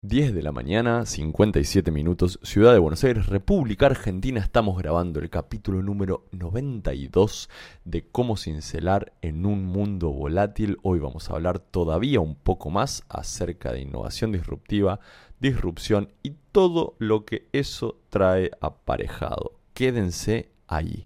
10 de la mañana, 57 minutos, Ciudad de Buenos Aires, República Argentina. Estamos grabando el capítulo número 92 de Cómo cincelar en un mundo volátil. Hoy vamos a hablar todavía un poco más acerca de innovación disruptiva, disrupción y todo lo que eso trae aparejado. Quédense ahí.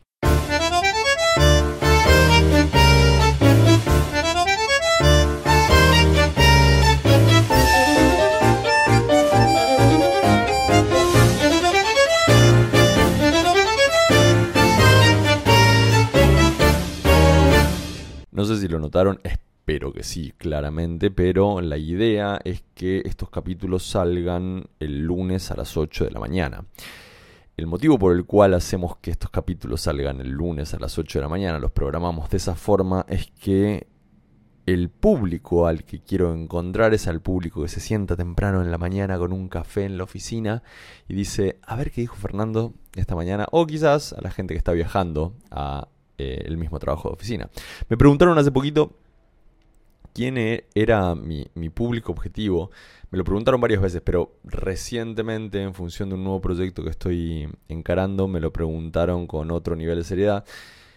No sé si lo notaron, espero que sí, claramente, pero la idea es que estos capítulos salgan el lunes a las 8 de la mañana. El motivo por el cual hacemos que estos capítulos salgan el lunes a las 8 de la mañana, los programamos de esa forma, es que el público al que quiero encontrar es al público que se sienta temprano en la mañana con un café en la oficina y dice, a ver qué dijo Fernando esta mañana, o quizás a la gente que está viajando a el mismo trabajo de oficina. Me preguntaron hace poquito quién era mi público objetivo. Me lo preguntaron varias veces, pero recientemente, en función de un nuevo proyecto que estoy encarando, me lo preguntaron con otro nivel de seriedad.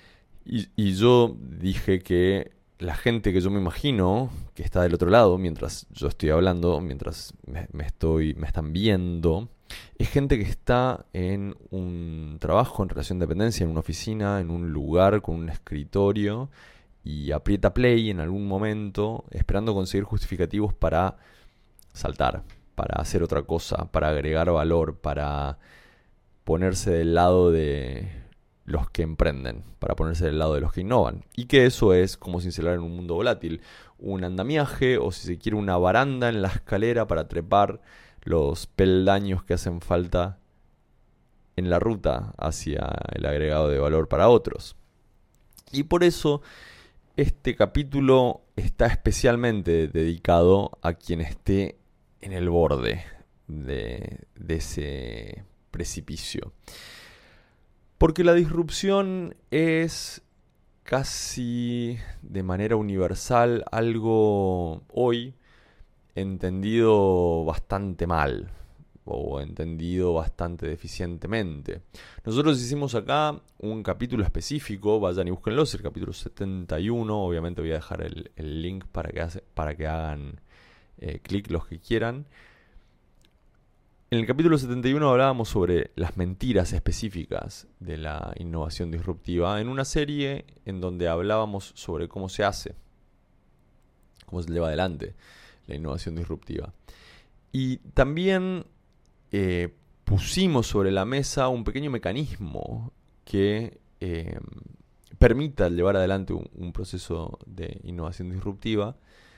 Y yo dije que la gente que yo me imagino que está del otro lado, mientras yo estoy hablando, mientras me están viendo, es gente que está en un trabajo en relación de dependencia, en una oficina, en un lugar con un escritorio y aprieta play en algún momento esperando conseguir justificativos para saltar, para hacer otra cosa, para agregar valor, para ponerse del lado de los que emprenden, para ponerse del lado de los que innovan. Y que eso es como cincelar en un mundo volátil, un andamiaje o si se quiere una baranda en la escalera para trepar los peldaños que hacen falta en la ruta hacia el agregado de valor para otros. Y por eso este capítulo está especialmente dedicado a quien esté en el borde de ese precipicio. Porque la disrupción es casi de manera universal algo hoy entendido bastante mal o entendido bastante deficientemente. Nosotros hicimos acá un capítulo específico, vayan y búsquenlo, es el capítulo 71, obviamente voy a dejar el link para que hagan clic los que quieran. En el capítulo 71 hablábamos sobre las mentiras específicas de la innovación disruptiva en una serie en donde hablábamos sobre cómo se hace, cómo se lleva adelante la innovación disruptiva. Y también pusimos sobre la mesa un pequeño mecanismo que permita llevar adelante un proceso de innovación disruptiva.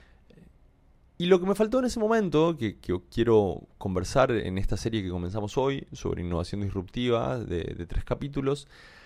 Y lo que me faltó en ese momento, que quiero conversar en esta serie que comenzamos hoy sobre innovación disruptiva de 3 capítulos,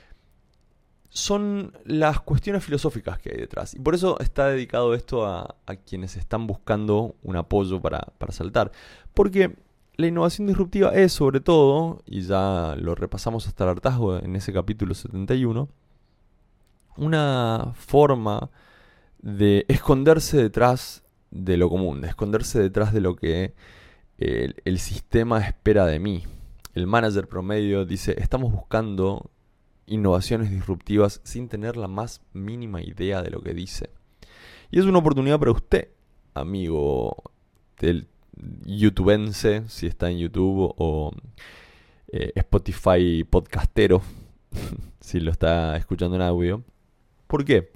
son las cuestiones filosóficas que hay detrás. Y por eso está dedicado esto a quienes están buscando un apoyo para saltar. Porque la innovación disruptiva es, sobre todo, y ya lo repasamos hasta el hartazgo en ese capítulo 71, una forma de esconderse detrás de lo común, de esconderse detrás de lo que el sistema espera de mí. El manager promedio dice, estamos buscando innovaciones disruptivas sin tener la más mínima idea de lo que dice. Y es una oportunidad para usted, amigo del youtubense, si está en YouTube, o Spotify podcastero, si lo está escuchando en audio. ¿Por qué?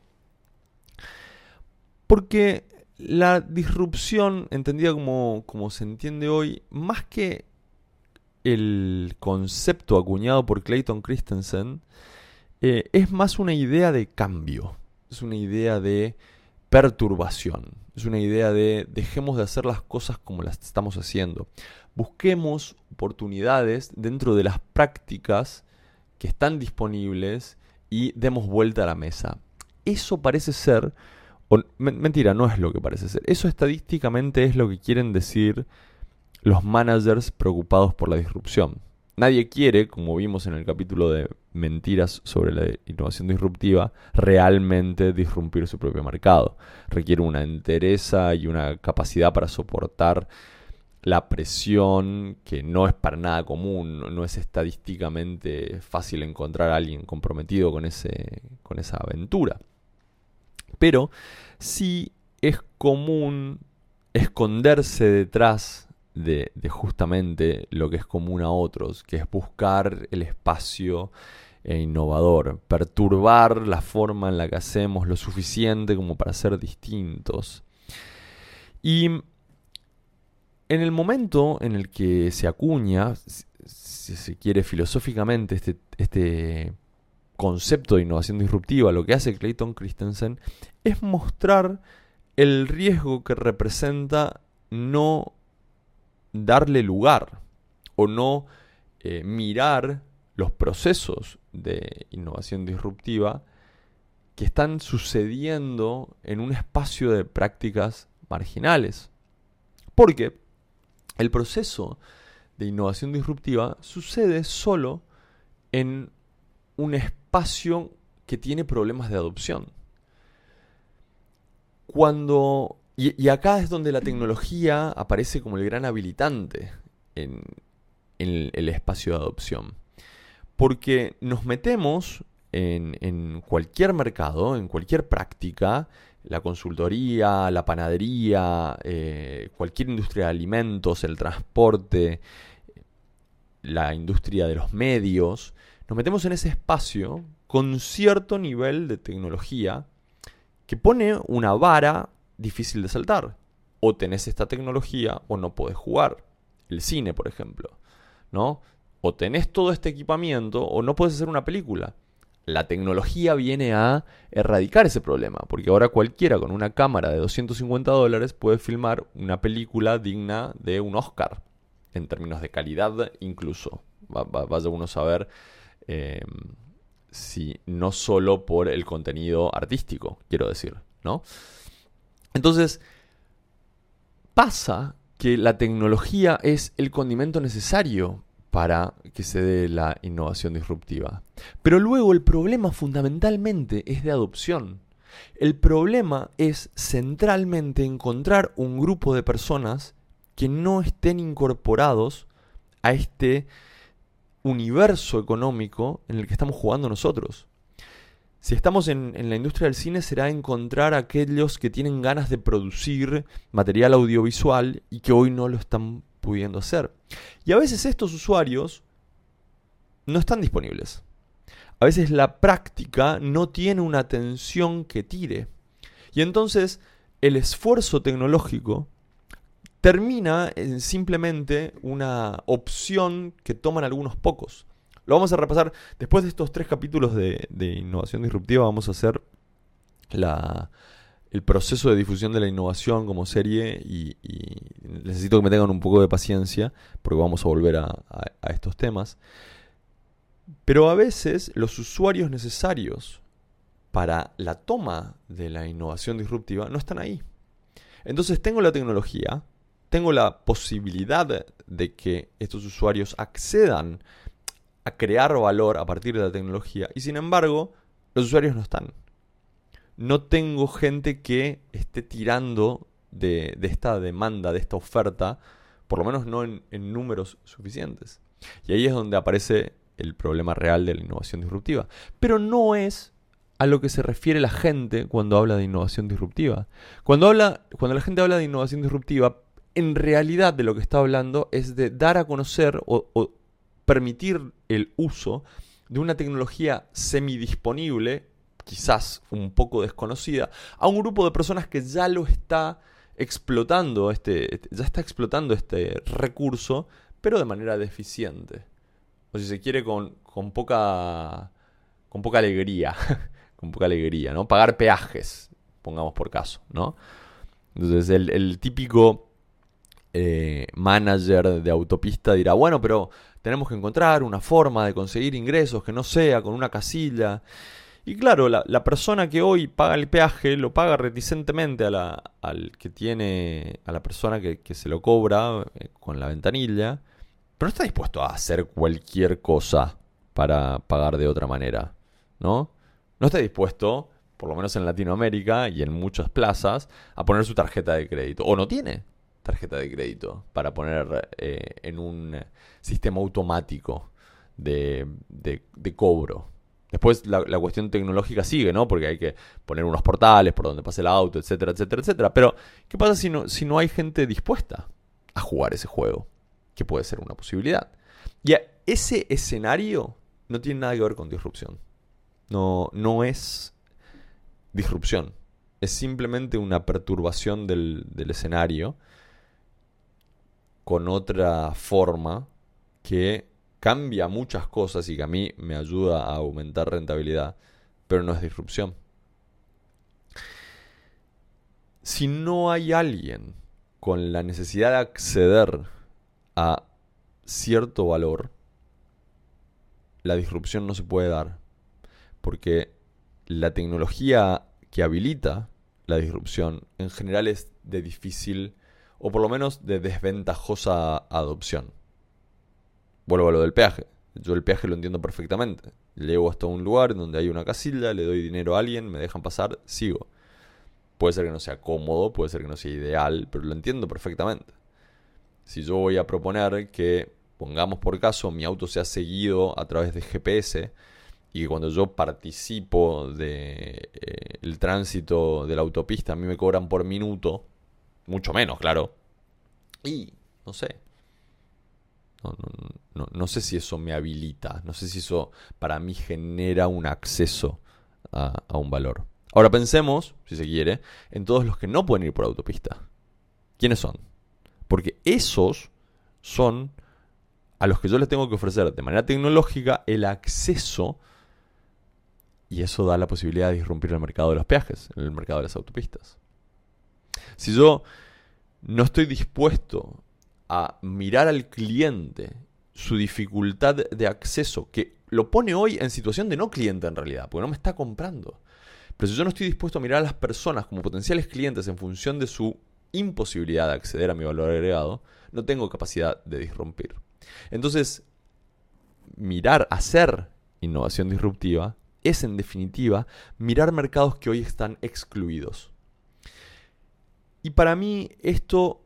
Porque la disrupción, entendida como se entiende hoy, más que el concepto acuñado por Clayton Christensen, es más una idea de cambio, es una idea de perturbación, es una idea de dejemos de hacer las cosas como las estamos haciendo. Busquemos oportunidades dentro de las prácticas que están disponibles y demos vuelta a la mesa. Eso parece ser, mentira, no es lo que parece ser. Eso estadísticamente es lo que quieren decir los managers preocupados por la disrupción. Nadie quiere, como vimos en el capítulo de mentiras sobre la innovación disruptiva, realmente disrumpir su propio mercado. Requiere una entereza y una capacidad para soportar la presión, que no es para nada común, no es estadísticamente fácil encontrar a alguien comprometido con esa aventura. Pero sí es común esconderse detrás de justamente lo que es común a otros, que es buscar el espacio innovador, perturbar la forma en la que hacemos lo suficiente como para ser distintos. Y en el momento en el que se acuña, si se quiere filosóficamente, este concepto de innovación disruptiva, lo que hace Clayton Christensen es mostrar el riesgo que representa no darle lugar o no mirar los procesos de innovación disruptiva que están sucediendo en un espacio de prácticas marginales. Porque el proceso de innovación disruptiva sucede solo en un espacio que tiene problemas de adopción. Y acá es donde la tecnología aparece como el gran habilitante en el espacio de adopción. Porque nos metemos en cualquier mercado, en cualquier práctica, la consultoría, la panadería, cualquier industria de alimentos, el transporte, la industria de los medios. Nos metemos en ese espacio con cierto nivel de tecnología que pone una vara difícil de saltar. O tenés esta tecnología o no podés jugar. El cine, por ejemplo, ¿no? O tenés todo este equipamiento o no podés hacer una película. La tecnología viene a erradicar ese problema, porque ahora cualquiera con una cámara de $250 puede filmar una película digna de un Oscar, en términos de calidad incluso. Vaya uno a saber si no solo por el contenido artístico, quiero decir, ¿no? Entonces, pasa que la tecnología es el condimento necesario para que se dé la innovación disruptiva. Pero luego el problema fundamentalmente es de adopción. El problema es centralmente encontrar un grupo de personas que no estén incorporados a este universo económico en el que estamos jugando nosotros. Si estamos en la industria del cine, será encontrar a aquellos que tienen ganas de producir material audiovisual y que hoy no lo están pudiendo hacer. Y a veces estos usuarios no están disponibles. A veces la práctica no tiene una atención que tire. Y entonces el esfuerzo tecnológico termina en simplemente una opción que toman algunos pocos. Lo vamos a repasar. Después de estos 3 capítulos de innovación disruptiva, vamos a hacer el proceso de difusión de la innovación como serie y necesito que me tengan un poco de paciencia porque vamos a volver a estos temas. Pero a veces los usuarios necesarios para la toma de la innovación disruptiva no están ahí. Entonces tengo la tecnología, tengo la posibilidad de que estos usuarios accedan a crear valor a partir de la tecnología y sin embargo los usuarios no están. No tengo gente que esté tirando de esta demanda, de esta oferta, por lo menos no en números suficientes. Y ahí es donde aparece el problema real de la innovación disruptiva. Pero no es a lo que se refiere la gente cuando habla de innovación disruptiva. Cuando la gente habla de innovación disruptiva, en realidad de lo que está hablando es de dar a conocer o permitir el uso de una tecnología semidisponible, quizás un poco desconocida, a un grupo de personas que ya lo está explotando, ya está explotando este recurso, pero de manera deficiente. O si se quiere, con poca alegría, con poca alegría, ¿no? Pagar peajes, pongamos por caso, ¿no? Entonces el típico manager de autopista dirá, bueno, pero tenemos que encontrar una forma de conseguir ingresos que no sea con una casilla. Y claro, la persona que hoy paga el peaje lo paga reticentemente a la persona que se lo cobra con la ventanilla, pero no está dispuesto a hacer cualquier cosa para pagar de otra manera, ¿no? No está dispuesto, por lo menos en Latinoamérica y en muchas plazas, a poner su tarjeta de crédito. O no tiene tarjeta de crédito para poner en un sistema automático de cobro. Después la cuestión tecnológica sigue, ¿no? Porque hay que poner unos portales por donde pase el auto, etcétera, etcétera, etcétera. Pero, ¿qué pasa si no hay gente dispuesta a jugar ese juego? Que puede ser una posibilidad. Y ese escenario no tiene nada que ver con disrupción. No es disrupción. Es simplemente una perturbación del escenario con otra forma que cambia muchas cosas y que a mí me ayuda a aumentar rentabilidad, pero no es disrupción. Si no hay alguien con la necesidad de acceder a cierto valor, la disrupción no se puede dar, porque la tecnología que habilita la disrupción en general es de difícil o por lo menos de desventajosa adopción. Vuelvo a lo del peaje. Yo el peaje lo entiendo perfectamente. Llego hasta un lugar donde hay una casilla, le doy dinero a alguien, me dejan pasar, sigo. Puede ser que no sea cómodo, puede ser que no sea ideal, pero lo entiendo perfectamente. Si yo voy a proponer que, pongamos por caso, mi auto sea seguido a través de GPS y que cuando yo participo del tránsito de la autopista a mí me cobran por minuto, mucho menos, claro. Y, no sé. No sé si eso me habilita, no sé si eso para mí genera un acceso a un valor. Ahora pensemos, si se quiere, en todos los que no pueden ir por autopista. ¿Quiénes son? Porque esos son a los que yo les tengo que ofrecer de manera tecnológica el acceso, y eso da la posibilidad de disrumpir el mercado de los peajes, el mercado de las autopistas. Si yo no estoy dispuesto a mirar al cliente su dificultad de acceso, que lo pone hoy en situación de no cliente en realidad, porque no me está comprando. Pero si yo no estoy dispuesto a mirar a las personas como potenciales clientes en función de su imposibilidad de acceder a mi valor agregado, no tengo capacidad de disrumpir. Entonces, hacer innovación disruptiva es en definitiva mirar mercados que hoy están excluidos. Y para mí esto,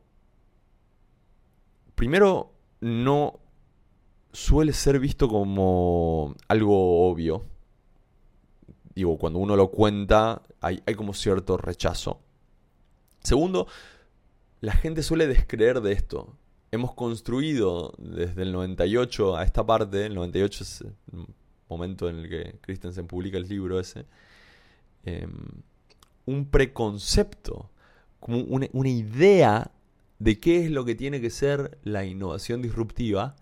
primero, no suele ser visto como algo obvio. Digo, cuando uno lo cuenta, hay como cierto rechazo. Segundo, la gente suele descreer de esto. Hemos construido desde el 98 a esta parte, el 98 es el momento en el que Christensen publica el libro ese, un preconcepto, como una idea de qué es lo que tiene que ser la innovación disruptiva,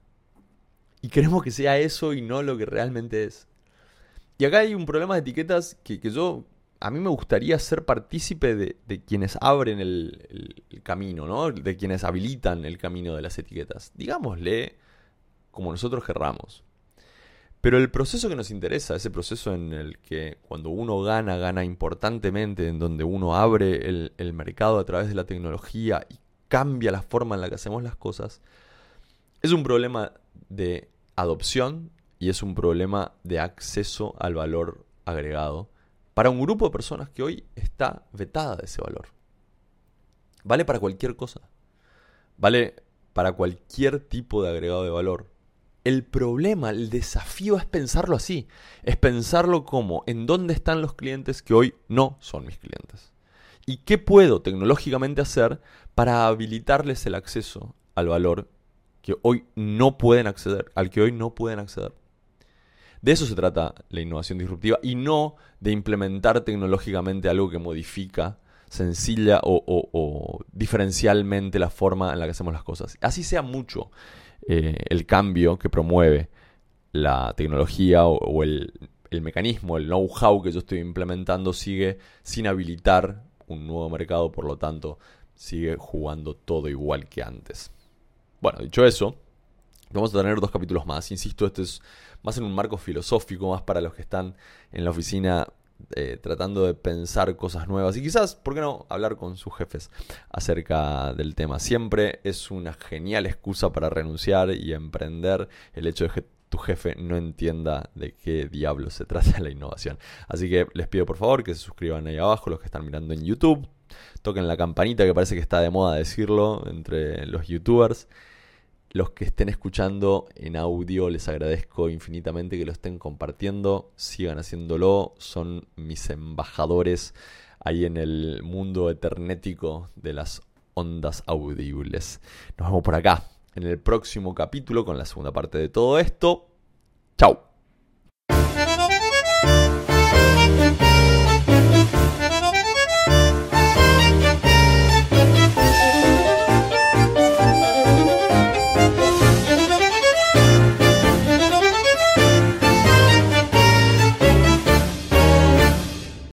y queremos que sea eso y no lo que realmente es. Y acá hay un problema de etiquetas que a mí me gustaría ser partícipe de quienes abren el camino, ¿no? De quienes habilitan el camino de las etiquetas. Digámosle como nosotros querramos. Pero el proceso que nos interesa, ese proceso en el que cuando uno gana importantemente, en donde uno abre el mercado a través de la tecnología y cambia la forma en la que hacemos las cosas, es un problema de adopción y es un problema de acceso al valor agregado para un grupo de personas que hoy está vetada de ese valor. Vale para cualquier cosa. Vale para cualquier tipo de agregado de valor. El problema, el desafío es pensarlo así. Es pensarlo como en dónde están los clientes que hoy no son mis clientes. ¿Y qué puedo tecnológicamente hacer para habilitarles el acceso al valor que hoy no pueden acceder, al que hoy no pueden acceder? De eso se trata la innovación disruptiva y no de implementar tecnológicamente algo que modifica sencilla o diferencialmente la forma en la que hacemos las cosas. Así sea mucho el cambio que promueve la tecnología o el mecanismo, el know-how que yo estoy implementando sigue sin habilitar un nuevo mercado, por lo tanto sigue jugando todo igual que antes. Bueno, dicho eso, vamos a tener 2 capítulos más. Insisto, esto es más en un marco filosófico, más para los que están en la oficina tratando de pensar cosas nuevas y quizás, ¿por qué no?, hablar con sus jefes acerca del tema. Siempre es una genial excusa para renunciar y emprender el hecho de que tu jefe no entienda de qué diablo se trata la innovación. Así que les pido por favor que se suscriban ahí abajo los que están mirando en YouTube. toquen la campanita, que parece que está de moda decirlo entre los youtubers. Los que estén escuchando en audio, les agradezco infinitamente que lo estén compartiendo. Sigan haciéndolo, son mis embajadores ahí en el mundo eternético de las ondas audibles. Nos vemos por acá en el próximo capítulo con la segunda parte de todo esto. ¡Chao!